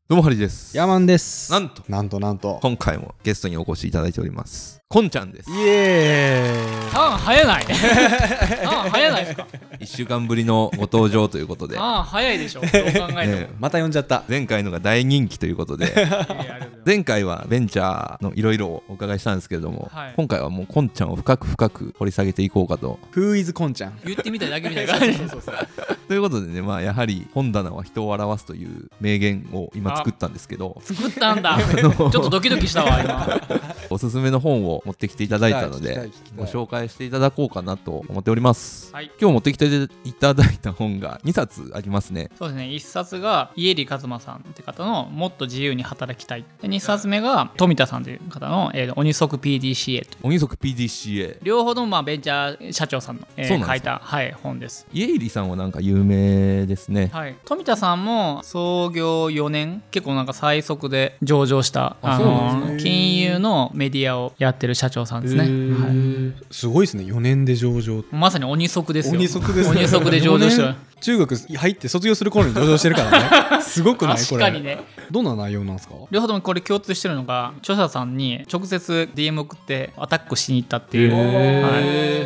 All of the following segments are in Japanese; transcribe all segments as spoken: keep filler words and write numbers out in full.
どうもハリです。 ヤマンです。 なんとなんとなんと今回もゲストにお越しいただいております。こんちゃんです。 イエーイ。 ターン早ないターン早ないですか。 いっしゅうかんぶりのご登場ということで。 ああ早いでしょ。どう考えても、 ね、 また呼んじゃった。 前回のが大人気ということで前回はベンチャーのいろいろお伺いしたんですけれども、はい、今回はもうこんちゃんを深く深く掘り下げていこうかと。 Who is こんちゃん言ってみたいだけみたいな感じそうそうそうということでね、まあ、やはり本棚は人を表すという名言を今作ったんですけど。 作ったんだちょっとドキドキしたわ今おすすめの本を持ってきていただいたのでご紹介していただこうかなと思っております、はい、今日持ってきていただいた本がにさつありますね。 そうですね。いっさつが家入一馬さんって方のもっと自由に働きたいで、にさつめが富田さんという方の、えー、鬼足 ピーディーシーエー という鬼足 ピーディーシーエー両方のまあベンチャー社長さんの、えー、書いた、はい、本です。 家入さんはなんか有名ですね、 はい、富田さんも創業よねん結構なんか最速で上場したあの金融のメディアをやってる社長さんですね、はい、 すごいですね。よねんで上場。 まさに鬼足ですよ。 鬼足です、 ね、鬼足で上場してる中学入って卒業する頃に上場してるからねすごくないこれ。 確かにね。 どんな内容なんですか。 両方ともこれ共通してるのが著者さんに直接 ディーエム 送ってアタックしに行ったっていう、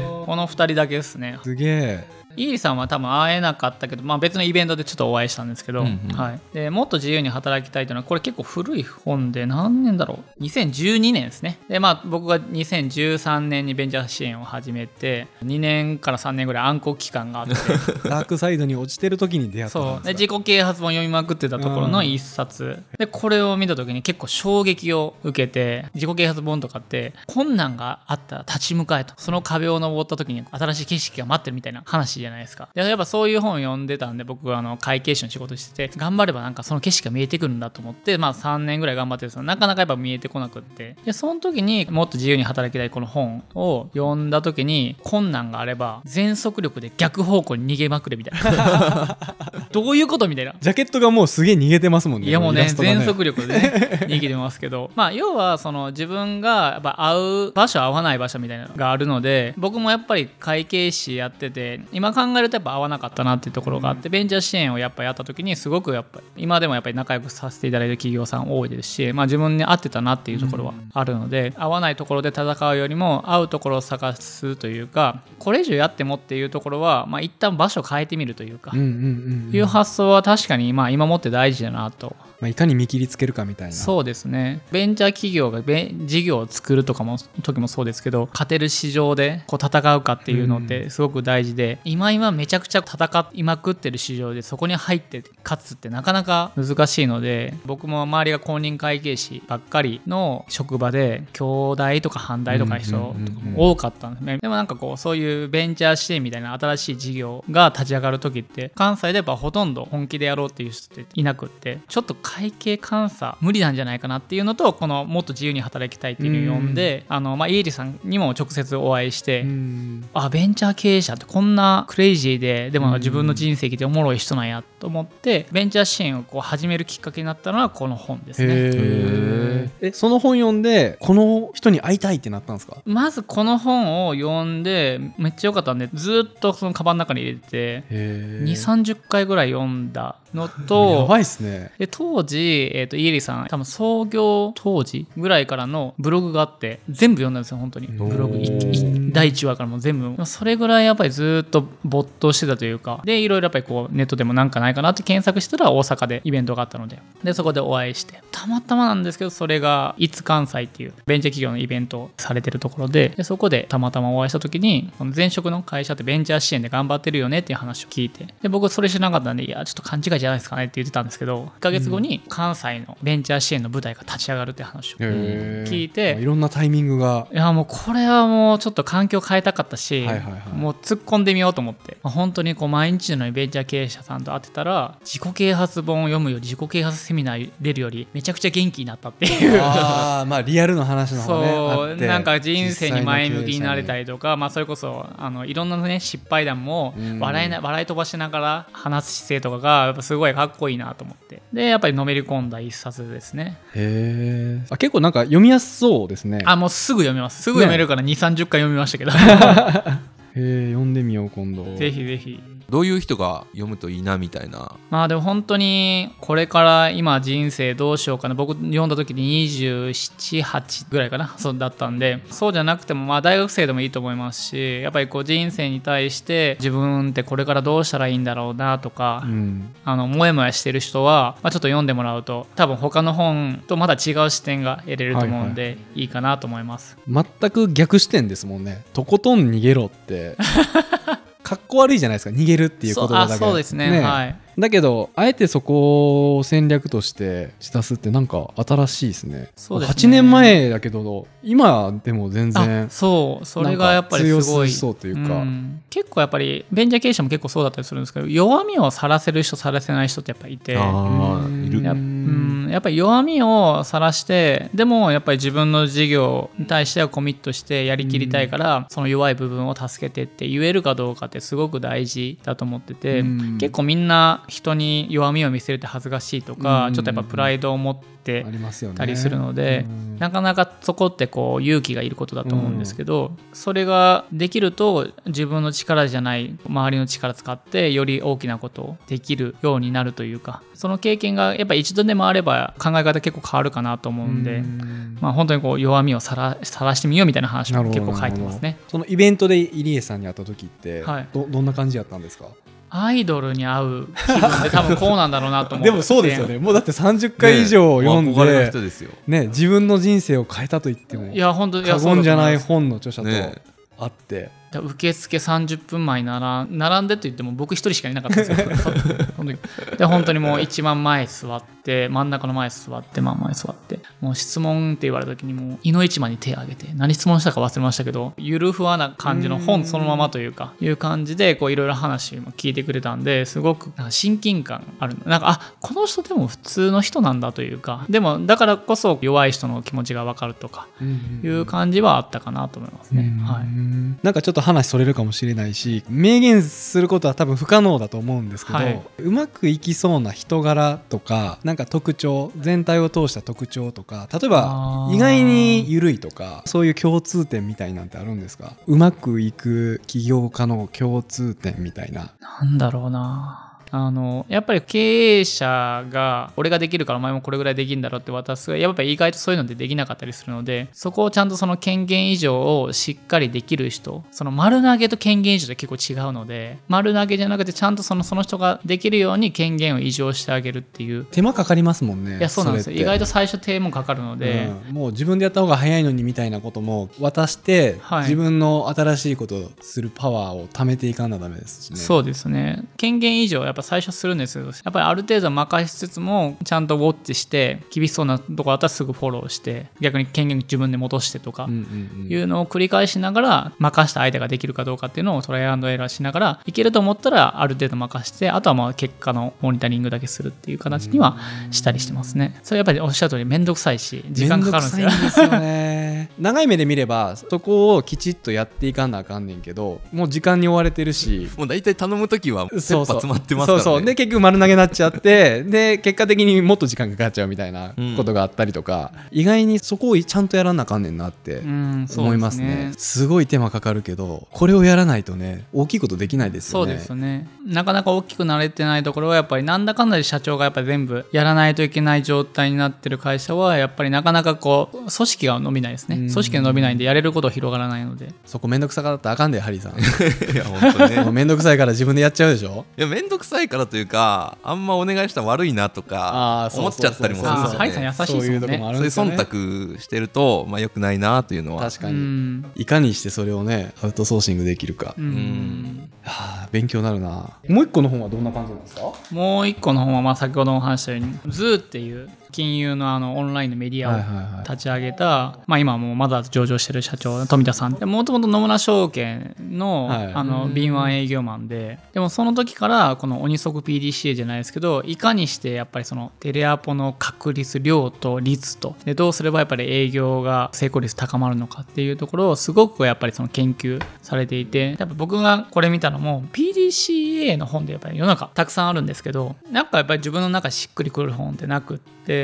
はい、このふたりだけですね。 すげえ。 イーリさんは多分会えなかったけど、まあ、別のイベントでちょっとお会いしたんですけど、うんうん、はい、でもっと自由に働きたいというのはこれ結構古い本で何年だろうにせんじゅうにねんですね。で、まあ、僕がにせんじゅうさんねんにベンチャー支援を始めてにねんからさんねんぐらい暗黒期間があってダークサイドに落ちてる時に出会ったんですか。 そうで自己啓発本読みまくってたところの一冊で、これを見た時に結構衝撃を受けて、自己啓発本とかって困難があったら立ち向かえと、その壁を登った時に新しい景色が待ってるみたいな話じゃないですか。でやっぱそういう本を読んでたんで、僕はあの会計士の仕事してて頑張ればなんかその景色が見えてくるんだと思って、まあ、さんねんぐらい頑張ってるんですけどなかなかやっぱ見えてこなくって、でその時にもっと自由に働きたいこの本を読んだ時に、困難があれば全速力で逆方向に逃げまくれみたいなどういうことみたいな。 ジャケットがもうすげえ逃げてますもんね。 いやもうね、全速力で、ね、逃げてますけどまあ要はその自分がやっぱ会う場所合わない場所みたいなのがあるので、僕もやっぱり会計士やってて今考えるとやっぱ合わなかったなっていうところがあって、ベンチャー支援をやっぱやった時にすごくやっぱり今でもやっぱり仲良くさせていただいてる企業さん多いですし、まあ、自分に合ってたなっていうところはあるので、合わないところで戦うよりも合うところを探すというか、これ以上やってもっていうところは、まあ、一旦場所変えてみるというか、うんうんうんうん、いう発想は確かにまあ今もって大事だなと。 まあ、いかに見切りつけるかみたいな。 そうですね。ベンチャー企業が事業を作るとかも時もそうですけど、勝てる市場でこう戦うかっていうのってすごく大事で、うん、今今めちゃくちゃ戦いまくってる市場でそこに入って勝つってなかなか難しいので、僕も周りが公認会計士ばっかりの職場で兄弟とか反対とか人多かったんですね。でもなんかこうそういうベンチャー支援みたいな新しい事業が立ち上がる時って関西でやっぱほとんど本気でやろうっていう人っていなくって、ちょっと会計監査無理なんじゃないかなっていうのと、このもっと自由に働きたいっていうのを読んで、あのまあイエリさんにも直接お会いして、あベンチャー経営者ってこんなクレイジーででも自分の人生生きておもろい人なんやと思って、ベンチャー支援をこう始めるきっかけになったのはこの本ですね。 へえ。その本読んでこの人に会いたいってなったんですか。 まずこの本を読んでめっちゃ良かったんで、ずっとそのカバンの中に入れててにじゅうさんじゅっかいぐらい読んだのとやばいっすね。 で当時、えー、とイエリさん多分創業当時ぐらいからのブログがあって全部読んだんですよ本当に。ブログだいいちわからも全部、それぐらいやっぱりずっと没頭してたというか、でいろいろやっぱりこうネットでもなんかないかなって検索したら大阪でイベントがあったので、でそこでお会いして、たまたまなんですけどそれがいつ関西っていうベンチャー企業のイベントをされてるところ で, でそこでたまたまお会いした時に、この前職の会社ってベンチャー支援で頑張ってるよねっていう話を聞いて、で僕それ知らなかったんで、いやちょっと勘違いじゃないですかねって言ってたんですけど、いっかげつごに関西のベンチャー支援の舞台が立ち上がるって話を聞いて、 いろんなタイミングが、 いやもうこれはもうちょっと環境変えたかったし、はいはいはい、もう突っ込んでみようと思って、まあ、本当にこう毎日のようにベンチャー経営者さんと会ってたら、自己啓発本を読むより自己啓発セミナー出るよりめちゃくちゃ元気になったっていうあまあリアルの話の方ね。 そうなんか人生に前向きになれたりとか、まあ、それこそあのいろんな、ね、失敗談も笑いな、笑い飛ばしながら話す姿勢とかがやっぱすごいかっこいいなと思って、でやっぱりのめり込んだ一冊ですね。 へー、あ結構なんか読みやすそうですね。 あもうすぐ読めます。すぐ読めるからにじゅう、さんじゅっかい読みましたけどへー読んでみよう今度。 ぜひぜひ。 どういう人が読むといいなみたいな。 まあでも本当にこれから今人生どうしようかな、僕読んだ時ににじゅうなな、はちぐらいかな、そうだったんで、そうじゃなくてもまあ大学生でもいいと思いますし、やっぱりこう人生に対して自分ってこれからどうしたらいいんだろうなとか、うん、あのモヤモヤしてる人は、まあ、ちょっと読んでもらうと多分他の本とまだ違う視点が得れると思うんで、はいはい、いいかなと思います。 全く逆視点ですもんね。とことん逃げろってかっこ悪いじゃないですか、逃げるっていう言葉だけ。 そう、そうですね、ね、はい。 だけどあえてそこを戦略として打ち出すってなんか新しいですね。そうですね、はちねんまえだけど今でも全然そうそれがやっぱりすごい強そうというか、うん、 結構やっぱりベンチャー経営者も結構そうだったりするんですけど、弱みを晒せる人晒せない人ってやっぱいて、 あいる。 や、うん、やっぱり弱みを晒してでもやっぱり自分の事業に対してはコミットしてやりきりたいから、うん、その弱い部分を助けてって言えるかどうかってすごく大事だと思ってて、うん、結構みんな人に弱みを見せるって恥ずかしいとか、うん、ちょっとやっぱプライドを持ってたりするので、ね、なかなかそこってこう勇気がいることだと思うんですけど、うん、それができると自分の力じゃない周りの力使ってより大きなことをできるようになるというか、その経験がやっぱ一度でもあれば考え方結構変わるかなと思うんで、うん、まあ、本当にこう弱みをさらしてみようみたいな話も結構書いてますね。 そのイベントで入江さんに会った時って、はい、ど, どんな感じやったんですか？ アイドルに会う気分で多分こうなんだろうなと思ってでもそうですよね。もうだってさんじゅっかい以上読んで、ね、の人ですよ、ね、自分の人生を変えたと言っても過言じゃない本の著者と会って、ね、 受付さんじゅっぷんまえに並んでと言っても僕一人しかいなかったんですよ本当にで本当にもう一番前座って真ん中の前座って真ん前座ってもう質問って言われた時にもういの一番に手を挙げて何質問したか忘れましたけど、ゆるふわな感じの本そのままというかいう感じでこういろいろ話も聞いてくれたんで、すごくなんか親近感ある。なんかあこの人でも普通の人なんだというか、でもだからこそ弱い人の気持ちが分かるとかいう感じはあったかなと思いますね。はい、 なんかちょっと話それるかもしれないし明言することは多分不可能だと思うんですけど、はい、うまくいきそうな人柄とかなんか特徴、全体を通した特徴とか、例えば意外に緩いとかそういう共通点みたいなんてあるんですか？うまくいく起業家の共通点みたいな。 なんだろうな、あのやっぱり経営者が俺ができるからお前もこれぐらいできるんだろうって渡す、やっぱり意外とそういうのでできなかったりするので、そこをちゃんとその権限以上をしっかりできる人、その丸投げと権限以上って結構違うので、丸投げじゃなくてちゃんとそのその人ができるように権限を移譲してあげるっていう。 手間かかりますもんね。 いやそうなんですよ、意外と最初手間かかるので、 うん、もう自分でやった方が早いのにみたいなことも渡して、はい、自分の新しいことをするパワーを貯めていかなダメですしね。 そうですね、権限以上やっぱ最初するんですけど、やっぱりある程度任しつつもちゃんとウォッチして厳しそうなところだったらすぐフォローして逆に権限自分で戻してとかいうのを繰り返しながら、任した相手ができるかどうかっていうのをトライアンドエラーしながらいけると思ったらある程度任して、あとはまあ結果のモニタリングだけするっていう形にはしたりしてますね。それやっぱりおっしゃる通りめんどくさいし時間かかるんですよ。 めんどくさいんですよね長い目で見ればそこをきちっとやっていかなあかんねんけど、もう時間に追われてるし、 もう大体頼むときは切羽詰まってますからね。 そうそうで結局丸投げになっちゃってで結果的にもっと時間かかっちゃうみたいなことがあったりとか、うん、意外にそこをちゃんとやらなあかんねんなって思いますね。うん、 すねすごい手間かかるけどこれをやらないとね大きいことできないですよね。 そうですよね。なかなか大きくなれてないところはやっぱりなんだかんだで社長がやっぱり全部やらないといけない状態になってる会社はやっぱりなかなかこう組織が伸びないですね。組織が伸びないんでやれること広がらないので、 そこめんどくさかったらあかんでハリーさんいや本当ねめんどくさいから自分でやっちゃうでしょ。 いやめんどくさいからというかあんまお願いしたら悪いなとか思っちゃったりもするんですよね。 ハリーさん優しいですもんね。 そういう忖度してると、まあ、良くないなというのは確かにいかにしてそれをねアウトソーシングできるか。うん、はあ、勉強になるな。もう一個の本はどんな感じなんですか？ もう一個の本はまあ先ほどお話したように ズー っていう金融 の, あのオンラインのメディアを立ち上げた、はいはいはい、まあ、今はもうまだ上場してる社長の富田さん、もともと野村証券 の, はい、あの敏腕営業マンで、でもその時からこの鬼速 ピーディーシーエー じゃないですけど、いかにしてやっぱりそのテレアポの確率量と率とでどうすればやっぱり営業が成功率高まるのかっていうところをすごくやっぱりその研究されていて、やっぱ僕がこれ見たのも ピーディーシーエー の本でやっぱり世の中たくさんあるんですけど、なんかやっぱり自分の中しっくりくる本ってなくって、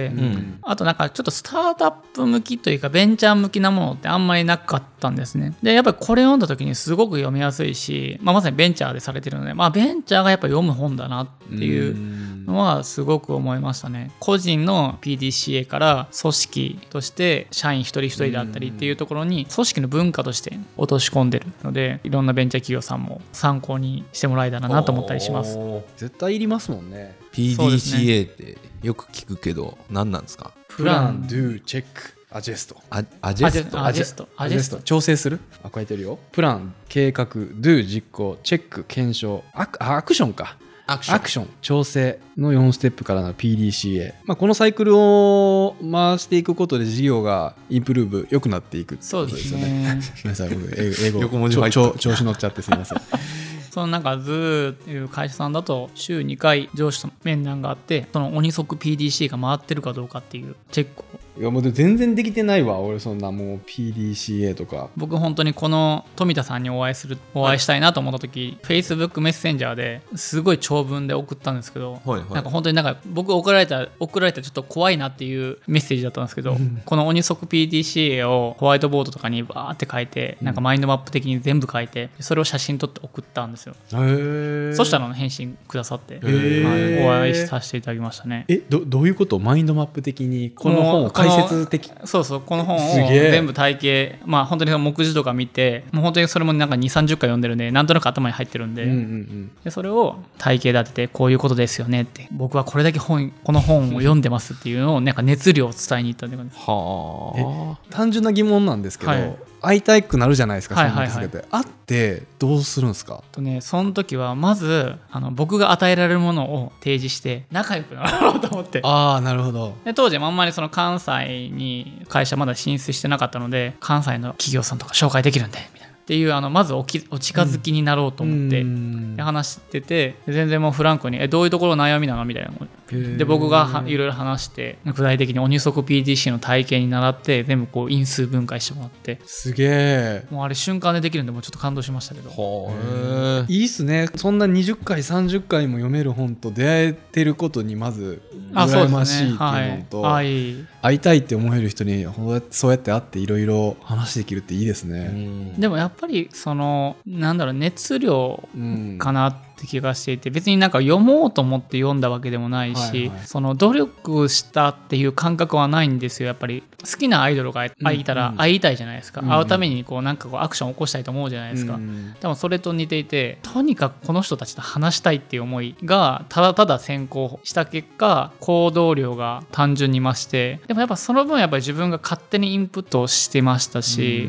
て、 うん、 あとなんかちょっとスタートアップ向きというかベンチャー向きなものってあんまりなかったんですね。でやっぱりこれ読んだ時にすごく読みやすいし、まあ、まさにベンチャーでされてるので、まあ、ベンチャーがやっぱ読む本だなっていうのはすごく思いましたね。個人の ピーディーシーエー から組織として社員一人一人であったりっていうところに組織の文化として落とし込んでるので、いろんなベンチャー企業さんも参考にしてもらえたらなと思ったりします。 絶対いりますもんね。 ピーディーシーエー ってよく聞くけど何なんですか？ プラン、ドゥ、チェック、アジェスト。 アジェストアジェストアジェスト調整する。あ、こうやってるよ。プラン、計画、ドゥ、実行、チェック、検証、アク、アクションか。 アクション、 アクション調整のよんステップからの ピーディーシーエー、まあ、このサイクルを回していくことで事業がインプルーブ良くなっていくってことですよね。ごめんなさい、僕英語横文字入った調子乗っちゃってすみません。 そのなんかズーっていう会社さんだと週にかい上司と面談があって、その鬼速 ピーディーシー が回ってるかどうかっていうチェックを。 いやもう全然できてないわ俺、そんなもう ピーディーシーエー とか。 僕本当にこの富田さんにお会いするお会いしたいなと思った時、はい、Facebook メッセンジャーですごい長文で送ったんですけど、はいはい、なんか本当になんか僕送られた送られたちょっと怖いなっていうメッセージだったんですけど、うん、この鬼速 ピーディーシーエー をホワイトボードとかにバーって書いて、なんかマインドマップ的に全部書いて、それを写真撮って送ったんですよ。へー。そしたら返信くださって、はい、お会いさせていただきましたね。 え ど, どういうこと？マインドマップ的にこの本を解説的。 そうそう、この本を全部体系、まあ本当に目次とか見て、もう本当にそれもなんかにじゅう、さんじゅっかい読んでるんで、なんとなく頭に入ってるんで、うんうんうん、でそれを体系立ててこういうことですよねって、僕はこれだけ本この本を読んでますっていうのをなんか熱量を伝えに行ったって感じです。 はあ。単純な疑問なんですけど、はい、会いたくなるじゃないですか、はいはいはい、そんな会ってどうするんですか？ とね、その時はまずあの僕が与えられるものを提示して仲良くなろうと思って。 ああ、なるほど。 で当時あんまりその関西に会社まだ進出してなかったので、関西の企業さんとか紹介できるんでみたいなっていう、あのまず お, きお近づきになろうと思って、うん、で話してて、全然もうフランクにえどういうところ悩みなのみたいな。で僕がいろいろ話して、具体的に鬼速 ピーディーシー の体系に習って全部こう因数分解してもらって、 すげえ。 もうあれ瞬間でできるんで、もうちょっと感動しましたけど。 はいいっすね。そんなにじゅっかいさんじゅっかいも読める本と出会えてることにまず羨ましいっていうのと、 はいはい、 会いたいって思える人にそうやって会っていろいろ話できるっていいですね。うん、 でもやっぱりそのなんだろう、熱量かなって気がしていて、別になんか読もうと思って読んだわけでもないし、はいはい、その努力したっていう感覚はないんですよ。やっぱり好きなアイドルが会いたら会いたいじゃないですか、うんうん、会うためにこうなんかこうアクションを起こしたいと思うじゃないですか、うんうん、でもそれと似ていて、とにかくこの人たちと話したいっていう思いがただただ先行した結果、行動量が単純に増して、でもやっぱその分やっぱり自分が勝手にインプットしてましたし、うん、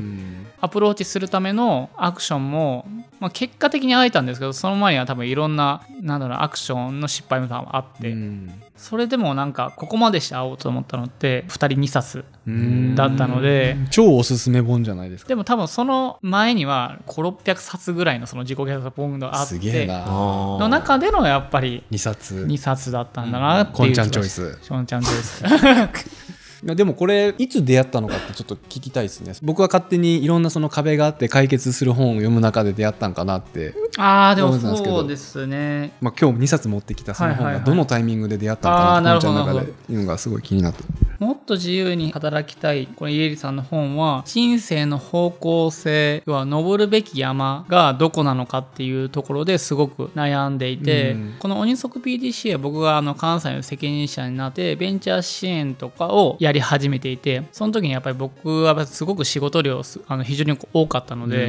アプローチするためのアクションも、まあ、結果的に会えたんですけど、その前には多分いろんな、なんだろう、アクションの失敗も多分あって、うん、それでもなんかここまでして会おうと思ったのってふたりにさつだったので、 超おすすめ本じゃないですか。 でも多分その前にはごひゃく、ろっぴゃくさつぐらいのその自己啓発本があって、 すげえなの中でのやっぱりにさつにさつだったんだなっていう、 こんちゃんチョイスこんちゃんチョイスいやでもこれいつ出会ったのかってちょっと聞きたいですね。僕は勝手にいろんなその壁があって解決する本を読む中で出会ったんかなってあーでもそうですね、 まあ、今日にさつ持ってきたその本がどのタイミングで出会ったのかなって、こんちゃんの中でいうのがすごい気になって、 もっと自由に働きたい、これ家入さんの本は人生の方向性は登るべき山がどこなのかっていうところですごく悩んでいて、うん、この鬼速 ピーディーシー は僕があの関西の責任者になってベンチャー支援とかをやり始めていて、その時にやっぱり僕はすごく仕事量あの非常に多かったので、うん、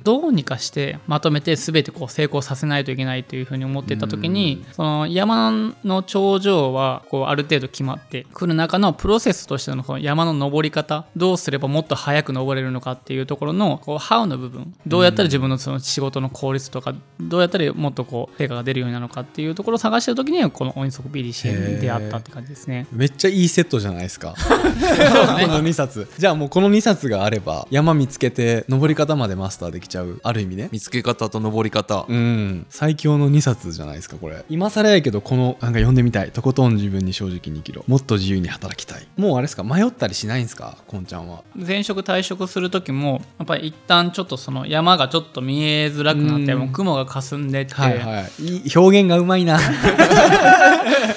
どうにかしてまとめて全てこう成功させないといけないというふうに思っていた時に、うん、その山の頂上はこうある程度決まってくる中のプロセスとしてのこの山の登り方、どうすればもっと早く登れるのかっていうところのこう How の部分、どうやったら自分のその仕事の効率とか、どうやったらもっとこう成果が出るようになるのかっていうところを探してる時にはこの鬼速 ピーディーシー に出会ったって感じですね。 めっちゃいいセットじゃないですかこのにさつ、じゃあもうこのにさつがあれば山見つけて登り方までマスターできちゃう、ある意味ね、 見つけ方と登り方、 うん、最強のにさつじゃないですかこれ。今更やけどこのなんか読んでみたい、とことん自分に正直に生きろ、もっと自由に働きたい。もうあれですか、迷ったりしないんですかこんちゃんは。 前職退職する時もやっぱり一旦ちょっとその山がちょっと見えづらくなって、もう雲が霞んでって、 はいはい、いい表現がうまいな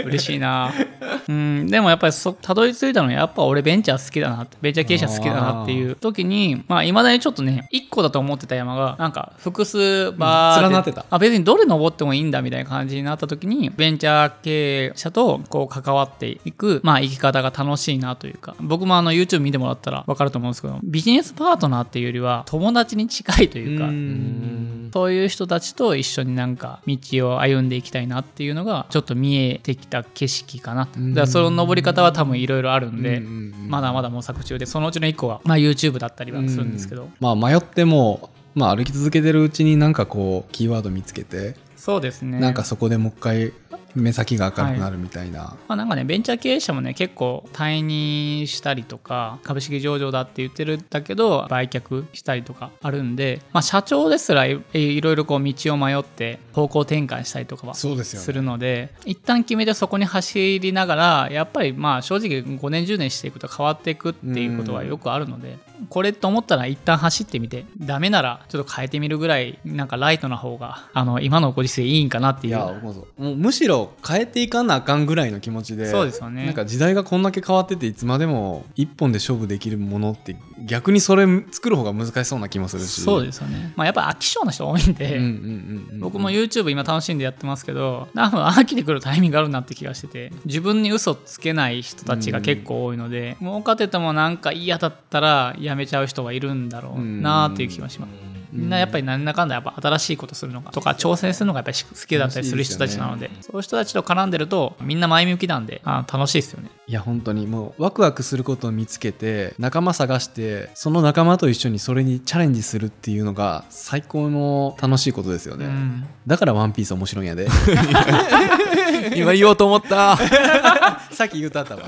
嬉しいな。うん、でもやっぱりそたどり着いたのはやっぱ俺ベンチャー好きだなってベンチャー経営者好きだなっていう時にまあいまだにちょっとねいっこだと思ってた山がなんか複数バーって、 うん、連なってた。 あ別にどれ登ってもいいんだみたいな感じになった時にベンチャー経営者とこう関わっていくまあ生き方が楽しいなというか、僕もあの YouTube 見てもらったら分かると思うんですけどビジネスパートナーっていうよりは友達に近いというか、うーんそういう人たちと一緒になんか道を歩んでいきたいなっていうのがちょっと見えてきた景色かな。だからその登り方は多分いろいろあるんでまだまだ模索中で、そのうちのいっこはまあ YouTube だったりはするんですけど、 まあ迷ってもまあ歩き続けてるうちになんかこうキーワード見つけて、 そうですね、 なんかそこでもう一回目先が明るくなるみたいな、はい、 まあ、なんかねベンチャー経営者もね結構退任したりとか株式上場だって言ってるんだけど売却したりとかあるんで、まあ、社長ですら い, いろいろこう道を迷って方向転換したりとかはするの で, で、ね、一旦決めてそこに走りながらやっぱりまあ正直ごねんじゅうねんしていくと変わっていくっていうことはよくあるので、これと思ったら一旦走ってみてダメならちょっと変えてみるぐらいなんかライトな方があの今のご時世いいんかなっていう。 いやもうむしろ変えていかなあかんぐらいの気持ちで、 そうですよね、 なんか時代がこんだけ変わってていつまでも一本で勝負できるものって逆にそれ作る方が難しそうな気もするし。 そうですよね、まあ、やっぱ飽き性な人多いんで、うんうんうんうん、僕も YouTube 今楽しんでやってますけど多分飽きてくるタイミングがあるなって気がしてて、自分に嘘つけない人たちが結構多いので、うん、儲かっててもなんか嫌だったらやめちゃう人がいるんだろうなっていう気がします。みんなやっぱりなんだかんだやっぱ新しいことするのかとか挑戦するのがやっぱり好きだったりする人たちなの で, で、ね、そういう人たちと絡んでるとみんな前向きなんであ楽しいですよね。 いや本当にもうワクワクすることを見つけて仲間探してその仲間と一緒にそれにチャレンジするっていうのが最高の楽しいことですよね、うん、だからワンピース面白いんやで今言おうと思ったさっき言うたったわ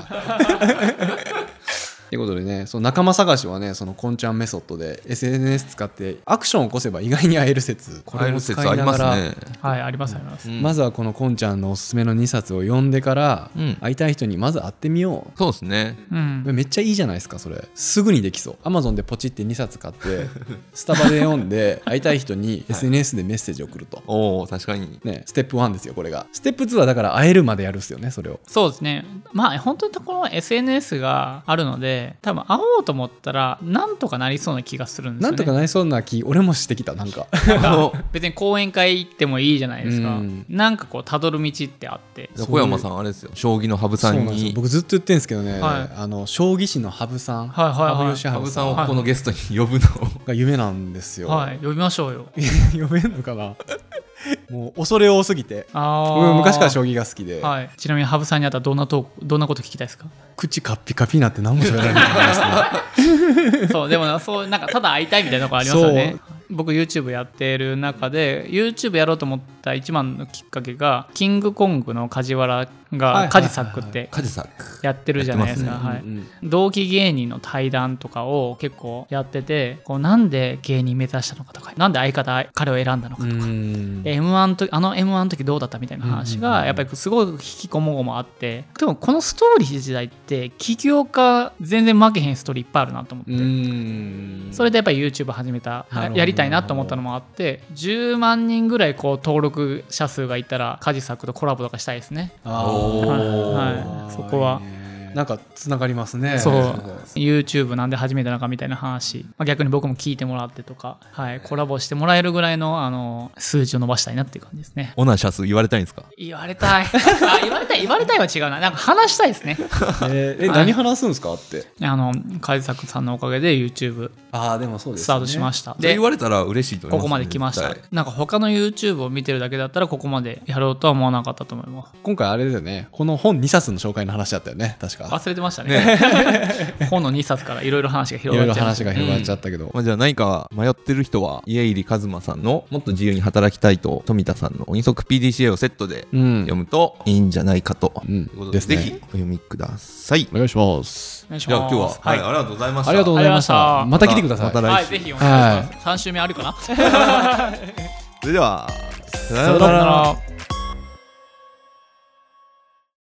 ということでね、その仲間探しはね、そのこんちゃんメソッドで エスエヌエス 使ってアクションを起こせば意外に会える説、これも使いながら、 ありますね。 はい、ありますあります、 うん、まずはこのこんちゃんのおすすめのにさつを読んでから、うん、会いたい人にまず会ってみよう。 そうですね、 うん、 めっちゃいいじゃないですか。それすぐにできそう。 Amazon でポチってにさつ買ってスタバで読んで会いたい人に エスエヌエス でメッセージ送ると、はい、 おー確かに、 ね、ステップワンですよこれが。ステップツーはだから会えるまでやるっすよね。それをそうですね、まあ本当にこの エスエヌエス があるので多分会おうと思ったらなんとかなりそうな気がするんですよね。 なんとかなりそうな気俺もしてきた。なんか別に講演会行ってもいいじゃないですか、うん、なんかこうたどる道ってあって。 小山さんあれですよ、将棋の羽生さんに。 僕ずっと言ってるんですけどね、はい、あの将棋士の羽生さん、 はいはいはい、 羽生さんをこのゲストに呼ぶのが夢なんですよ。 はい、呼びましょうよ呼べんのかなもう恐れ多すぎて。あ昔から将棋が好きで、 はい、ちなみに羽生さんにあったらどんなトークどんなこと聞きたいですか？ 口カッピカピになって何も喋られないですねそうでもそうなんかただ会いたいみたいなところありますよね。僕 YouTube やってる中で YouTube やろうと思った一番のきっかけがキングコングの梶原がカジサックってやってるじゃないですか。同期芸人の対談とかを結構やってて、こうなんで芸人目指したのかとか、なんで相方彼を選んだのかとか、 エムワン とあの エムワン の時どうだったみたいな話がやっぱりすごい引きこもごもあって、でもこのストーリー時代って起業家全然負けへんストーリーいっぱいあるなと思って、うんそれでやっぱり YouTube 始めた、やりたいなと思ったのもあって、じゅうまんにんぐらいこう登録者数がいたらカジサックとコラボとかしたいですね。あはいはい、そこはなんかつながりますね。 そう YouTube なんで始めたのかみたいな話、まあ、逆に僕も聞いてもらってとか、はい、コラボしてもらえるぐらい の, あの数値を伸ばしたいなっていう感じですね。 オナーシャス言われたいんですか？ 言われたいあ言われたい言われたいは違うな、なんか話したいですねえー、え何話すんですかってあのカジサクさんのおかげで YouTube あでもそうです、ね、 スタートしました。 で言われたら嬉しいと思います、ね、 ここまで来ました。なんか他の YouTube を見てるだけだったらここまでやろうとは思わなかったと思います。 今回あれだよね、この本にさつの紹介の話だったよね確か。 忘れてましたね本のにさつからいろいろ話が広がっちゃいろいろ話が広がっちゃったけど、うんまあ、じゃあ何か迷ってる人は家入一馬さんのもっと自由に働きたいと富田さんの二足 ピーディーシーエー をセットで読むといいんじゃないかと、うん、ということで、ぜひお読みください。 お願いします。 じゃあ今日は、はいはい、ありがとうございました。 ありがとうございました。また来てください。 また来週、はい、ぜひお願いします、はい、さん週目あるかなそれではさよなら。